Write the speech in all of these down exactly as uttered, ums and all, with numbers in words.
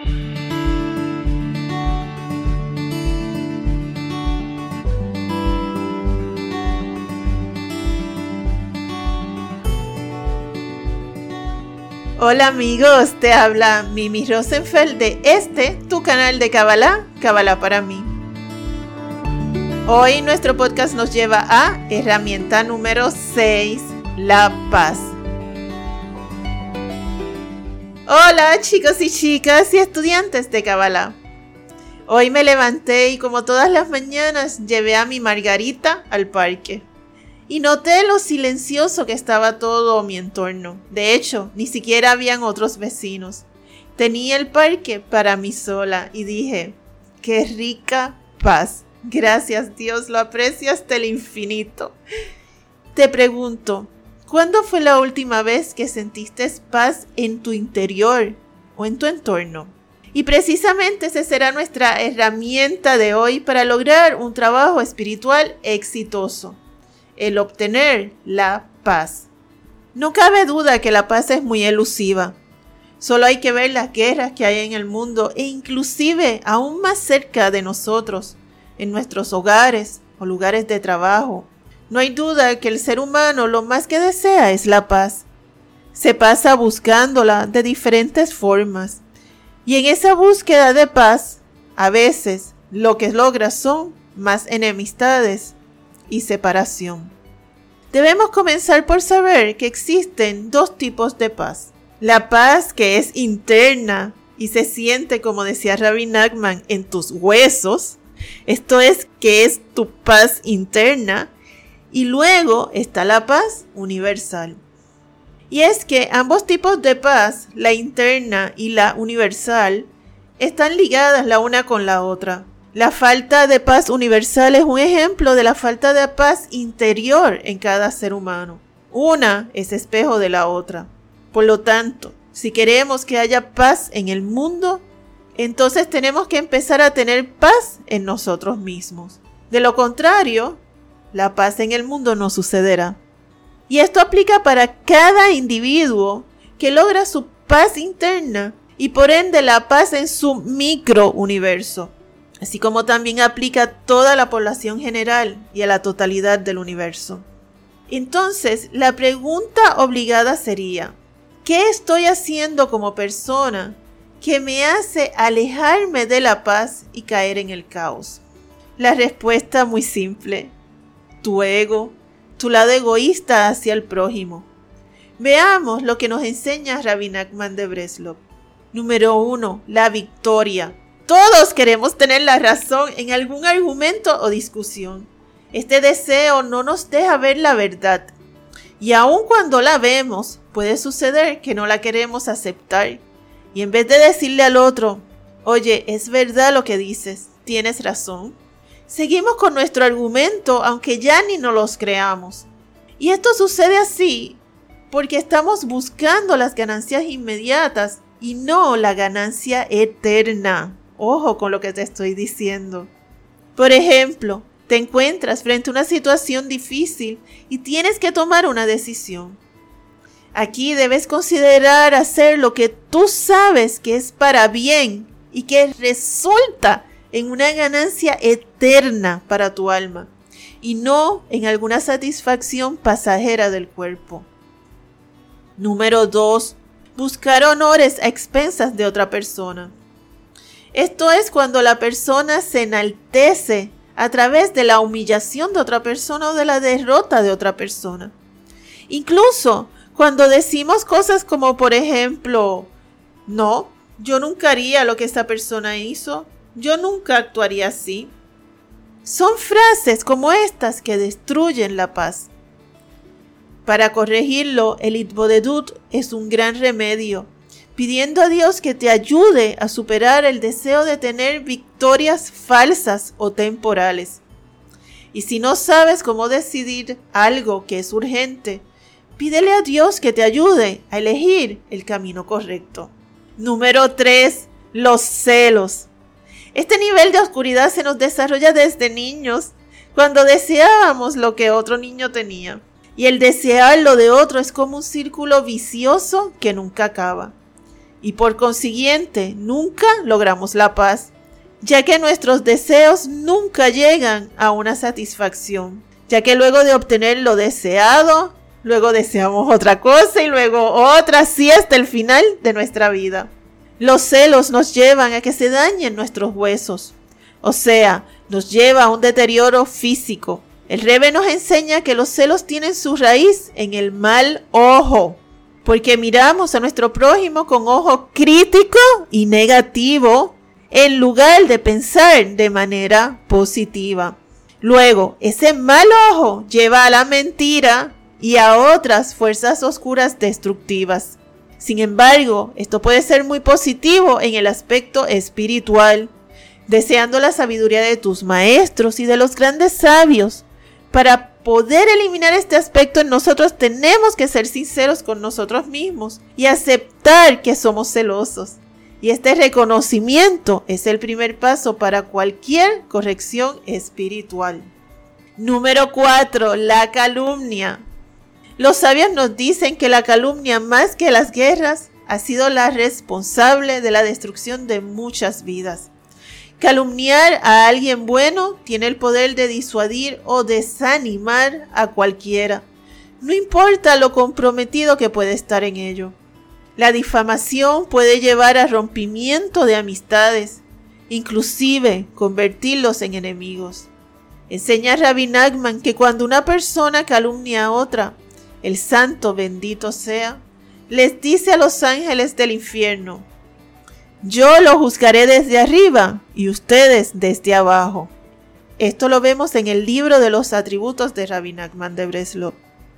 Hola amigos, te habla Mimi Rosenfeld de este, tu canal de Kabbalah, Kabbalah para mí. Hoy nuestro podcast nos lleva a herramienta número seis, la paz. Hola chicos y chicas y estudiantes de Kabbalah. Hoy me levanté y como todas las mañanas llevé a mi Margarita al parque. Y noté lo silencioso que estaba todo mi entorno. De hecho, ni siquiera habían otros vecinos. Tenía el parque para mí sola y dije, ¡qué rica paz! Gracias Dios, lo aprecio hasta el infinito. Te pregunto, ¿cuándo fue la última vez que sentiste paz en tu interior o en tu entorno? Y precisamente esa será nuestra herramienta de hoy para lograr un trabajo espiritual exitoso. El obtener la paz. No cabe duda que la paz es muy elusiva. Solo hay que ver las guerras que hay en el mundo e inclusive aún más cerca de nosotros, en nuestros hogares o lugares de trabajo. No hay duda que el ser humano lo más que desea es la paz. Se pasa buscándola de diferentes formas. Y en esa búsqueda de paz, a veces lo que logra son más enemistades y separación. Debemos comenzar por saber que existen dos tipos de paz. La paz que es interna y se siente, como decía Rabbi Nachman, en tus huesos. Esto es que es tu paz interna. Y luego está la paz universal. Y es que ambos tipos de paz, la interna y la universal, están ligadas la una con la otra. La falta de paz universal es un ejemplo de la falta de paz interior en cada ser humano. Una es espejo de la otra. Por lo tanto, si queremos que haya paz en el mundo, entonces tenemos que empezar a tener paz en nosotros mismos. De lo contrario, la paz en el mundo no sucederá. Y esto aplica para cada individuo que logra su paz interna y por ende la paz en su microuniverso. Así como también aplica a toda la población general y a la totalidad del universo. Entonces, la pregunta obligada sería, ¿qué estoy haciendo como persona que me hace alejarme de la paz y caer en el caos? La respuesta muy simple, tu ego, tu lado egoísta hacia el prójimo. Veamos lo que nos enseña Rabbi Nachman de Breslov. Número uno, la victoria. Todos queremos tener la razón en algún argumento o discusión. Este deseo no nos deja ver la verdad. Y aun cuando la vemos, puede suceder que no la queremos aceptar. Y en vez de decirle al otro, oye, es verdad lo que dices, tienes razón, seguimos con nuestro argumento aunque ya ni nos los creamos. Y esto sucede así porque estamos buscando las ganancias inmediatas y no la ganancia eterna. Ojo con lo que te estoy diciendo. Por ejemplo, te encuentras frente a una situación difícil y tienes que tomar una decisión. Aquí debes considerar hacer lo que tú sabes que es para bien y que resulta en una ganancia eterna para tu alma y no en alguna satisfacción pasajera del cuerpo. Número dos. Buscar honores a expensas de otra persona. Esto es cuando la persona se enaltece a través de la humillación de otra persona o de la derrota de otra persona. Incluso cuando decimos cosas como, por ejemplo, no, yo nunca haría lo que esa persona hizo, yo nunca actuaría así. Son frases como estas que destruyen la paz. Para corregirlo, el Hitbodedut es un gran remedio, pidiendo a Dios que te ayude a superar el deseo de tener victorias falsas o temporales. Y si no sabes cómo decidir algo que es urgente, pídele a Dios que te ayude a elegir el camino correcto. Número tres. Los celos. Este nivel de oscuridad se nos desarrolla desde niños, cuando deseábamos lo que otro niño tenía. Y el desear lo de otro es como un círculo vicioso que nunca acaba. y por consiguiente nunca logramos la paz, ya que nuestros deseos nunca llegan a una satisfacción, ya que luego de obtener lo deseado, luego deseamos otra cosa y luego otra, así hasta el final de nuestra vida. Los celos nos llevan a que se dañen nuestros huesos, o sea, nos lleva a un deterioro físico. El Rebbe nos enseña que los celos tienen su raíz en el mal ojo, porque miramos a nuestro prójimo con ojo crítico y negativo en lugar de pensar de manera positiva. Luego, ese mal ojo lleva a la mentira y a otras fuerzas oscuras destructivas. Sin embargo, esto puede ser muy positivo en el aspecto espiritual, deseando la sabiduría de tus maestros y de los grandes sabios. Para poder eliminar este aspecto en nosotros tenemos que ser sinceros con nosotros mismos y aceptar que somos celosos. Y este reconocimiento es el primer paso para cualquier corrección espiritual. Número cuatro. La calumnia. Los sabios nos dicen que la calumnia, más que las guerras, ha sido la responsable de la destrucción de muchas vidas. Calumniar a alguien bueno tiene el poder de disuadir o desanimar a cualquiera, no importa lo comprometido que puede estar en ello. La difamación puede llevar a rompimiento de amistades, inclusive convertirlos en enemigos. Enseña Rabbi Nachman que cuando una persona calumnia a otra, el santo bendito sea, les dice a los ángeles del infierno: yo lo juzgaré desde arriba y ustedes desde abajo. Esto lo vemos en el libro de los atributos de Rabbi Nachman de Breslov.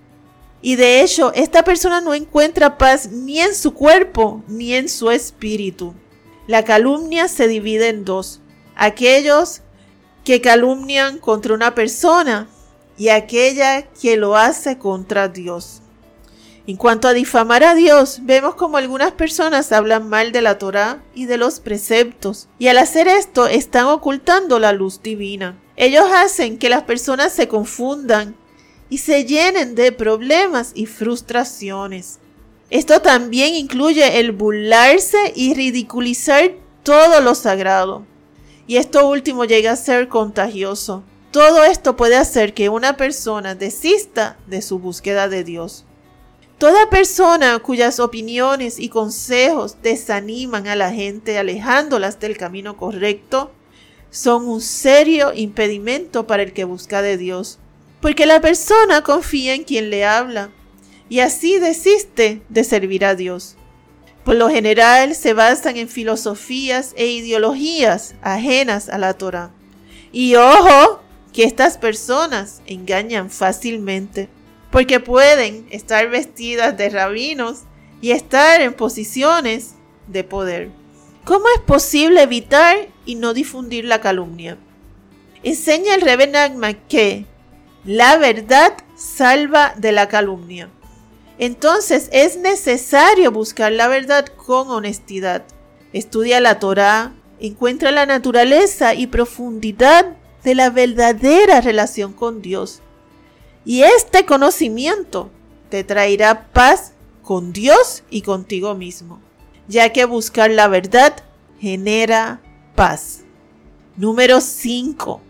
Y de hecho, esta persona no encuentra paz ni en su cuerpo ni en su espíritu. La calumnia se divide en dos: aquellos que calumnian contra una persona y aquella que lo hace contra Dios. En cuanto a difamar a Dios, vemos como algunas personas hablan mal de la Torá y de los preceptos, y al hacer esto están ocultando la luz divina. Ellos hacen que las personas se confundan y se llenen de problemas y frustraciones. Esto también incluye el burlarse y ridiculizar todo lo sagrado, y esto último llega a ser contagioso. Todo esto puede hacer que una persona desista de su búsqueda de Dios. Toda persona cuyas opiniones y consejos desaniman a la gente alejándolas del camino correcto son un serio impedimento para el que busca de Dios, porque la persona confía en quien le habla y así desiste de servir a Dios. Por lo general se basan en filosofías e ideologías ajenas a la Torá. Y ojo, que estas personas engañan fácilmente, porque pueden estar vestidas de rabinos y estar en posiciones de poder. ¿Cómo es posible evitar y no difundir la calumnia? Enseña el Rebbe Nachman que la verdad salva de la calumnia. Entonces es necesario buscar la verdad con honestidad. Estudia la Torá, encuentra la naturaleza y profundidad de la verdadera relación con Dios. Y este conocimiento te traerá paz con Dios y contigo mismo, ya que buscar la verdad genera paz. Número cinco.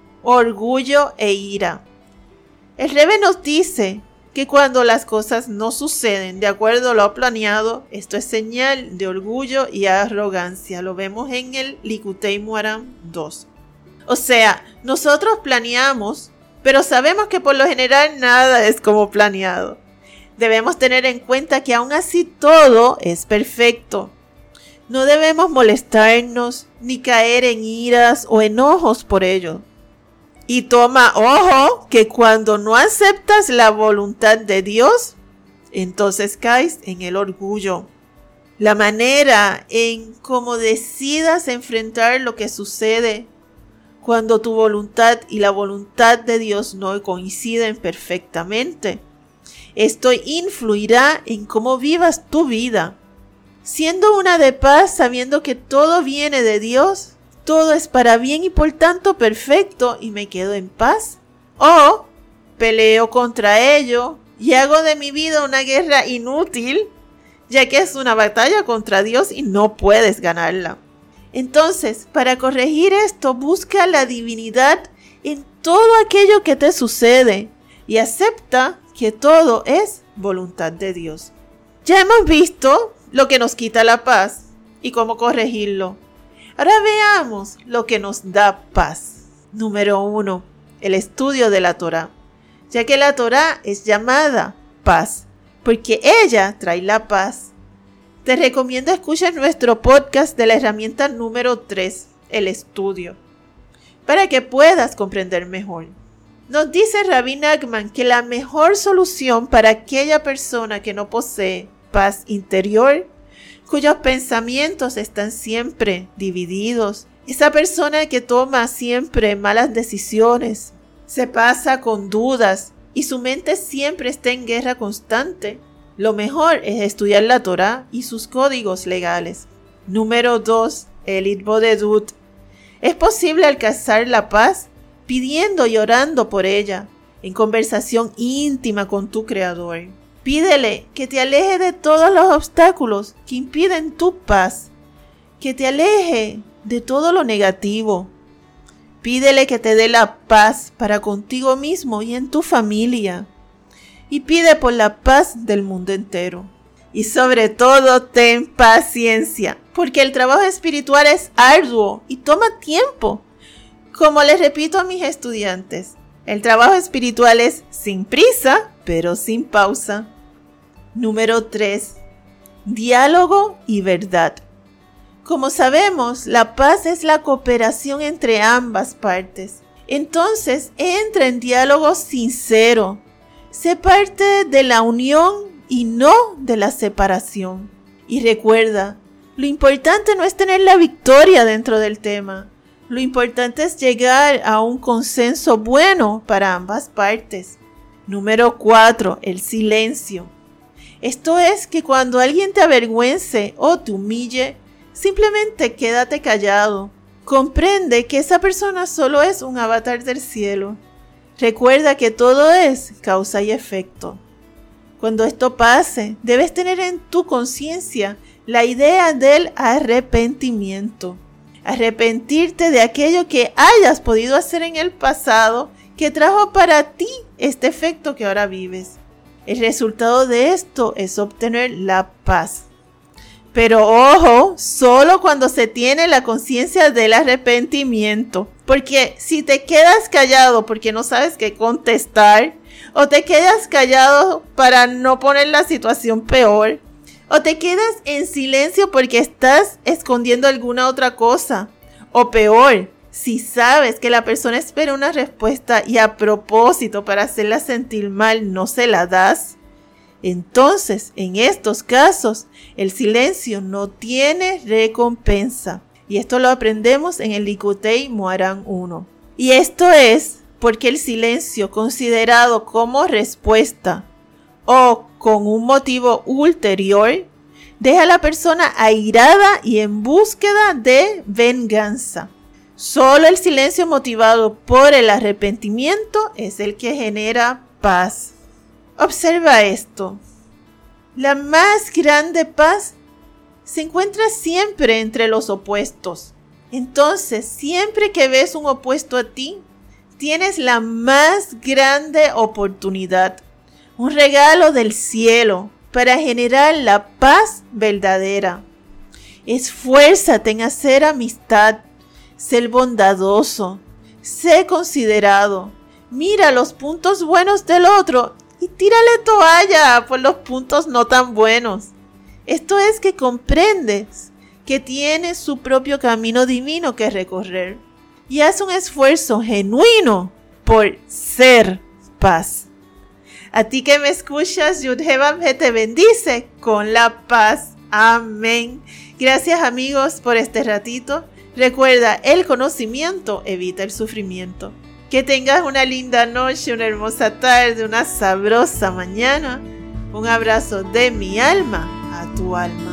Orgullo e ira. El Rebbe nos dice que cuando las cosas no suceden de acuerdo a lo planeado, esto es señal de orgullo y arrogancia. Lo vemos en el Likutei Moharan dos. O sea, nosotros planeamos, pero sabemos que por lo general nada es como planeado. Debemos tener en cuenta que aún así todo es perfecto. No debemos molestarnos ni caer en iras o enojos por ello. Y toma ojo que cuando no aceptas la voluntad de Dios, entonces caes en el orgullo. La manera en cómo decidas enfrentar lo que sucede cuando tu voluntad y la voluntad de Dios no coinciden perfectamente. Esto influirá en cómo vivas tu vida. Siendo una de paz, sabiendo que todo viene de Dios, todo es para bien y por tanto perfecto y me quedo en paz. O peleo contra ello y hago de mi vida una guerra inútil, ya que es una batalla contra Dios y no puedes ganarla. Entonces, para corregir esto, busca la divinidad en todo aquello que te sucede y acepta que todo es voluntad de Dios. Ya hemos visto lo que nos quita la paz y cómo corregirlo. Ahora veamos lo que nos da paz. Número uno, el estudio de la Torá, ya que la Torá es llamada paz, porque ella trae la paz. Te recomiendo escuchar nuestro podcast de la herramienta número tres, el estudio, para que puedas comprender mejor. Nos dice Rabbi Nachman que la mejor solución para aquella persona que no posee paz interior, cuyos pensamientos están siempre divididos, esa persona que toma siempre malas decisiones, se pasa con dudas y su mente siempre está en guerra constante, lo mejor es estudiar la Torá y sus códigos legales. Número dos. El Hitbodedut. Es posible alcanzar la paz pidiendo y orando por ella, en conversación íntima con tu Creador. Pídele que te aleje de todos los obstáculos que impiden tu paz, que te aleje de todo lo negativo. Pídele que te dé la paz para contigo mismo y en tu familia. Y pide por la paz del mundo entero. Y sobre todo, ten paciencia, porque el trabajo espiritual es arduo y toma tiempo. Como les repito a mis estudiantes, el trabajo espiritual es sin prisa, pero sin pausa. Número tres. Diálogo y verdad. Como sabemos, la paz es la cooperación entre ambas partes. Entonces, entra en diálogo sincero. Sé parte de la unión y no de la separación. Y recuerda, lo importante no es tener la victoria dentro del tema. Lo importante es llegar a un consenso bueno para ambas partes. Número cuatro. El silencio. Esto es que cuando alguien te avergüence o te humille, simplemente quédate callado. Comprende que esa persona solo es un avatar del cielo. Recuerda que todo es causa y efecto. Cuando esto pase, debes tener en tu conciencia la idea del arrepentimiento. Arrepentirte de aquello que hayas podido hacer en el pasado que trajo para ti este efecto que ahora vives. El resultado de esto es obtener la paz. Pero ojo, solo cuando se tiene la conciencia del arrepentimiento. Porque si te quedas callado porque no sabes qué contestar, o te quedas callado para no poner la situación peor, o te quedas en silencio porque estás escondiendo alguna otra cosa, o peor, si sabes que la persona espera una respuesta y a propósito para hacerla sentir mal no se la das, entonces, en estos casos, el silencio no tiene recompensa. Y esto lo aprendemos en el Likutei Moharan uno. Y esto es porque el silencio considerado como respuesta o con un motivo ulterior deja a la persona airada y en búsqueda de venganza. Solo el silencio motivado por el arrepentimiento es el que genera paz. Observa esto. La más grande paz se encuentra siempre entre los opuestos. Entonces, siempre que ves un opuesto a ti, tienes la más grande oportunidad, un regalo del cielo para generar la paz verdadera. Esfuérzate en hacer amistad, ser bondadoso, sé considerado, mira los puntos buenos del otro y tírale toalla por los puntos no tan buenos. Esto es que comprendes que tienes su propio camino divino que recorrer y haz un esfuerzo genuino por ser paz. A ti que me escuchas, Yud-Heh-Vav-Heh te bendice con la paz. Amén. Gracias amigos por este ratito. Recuerda, el conocimiento evita el sufrimiento. Que tengas una linda noche, una hermosa tarde, una sabrosa mañana. Un abrazo de mi alma a tu alma.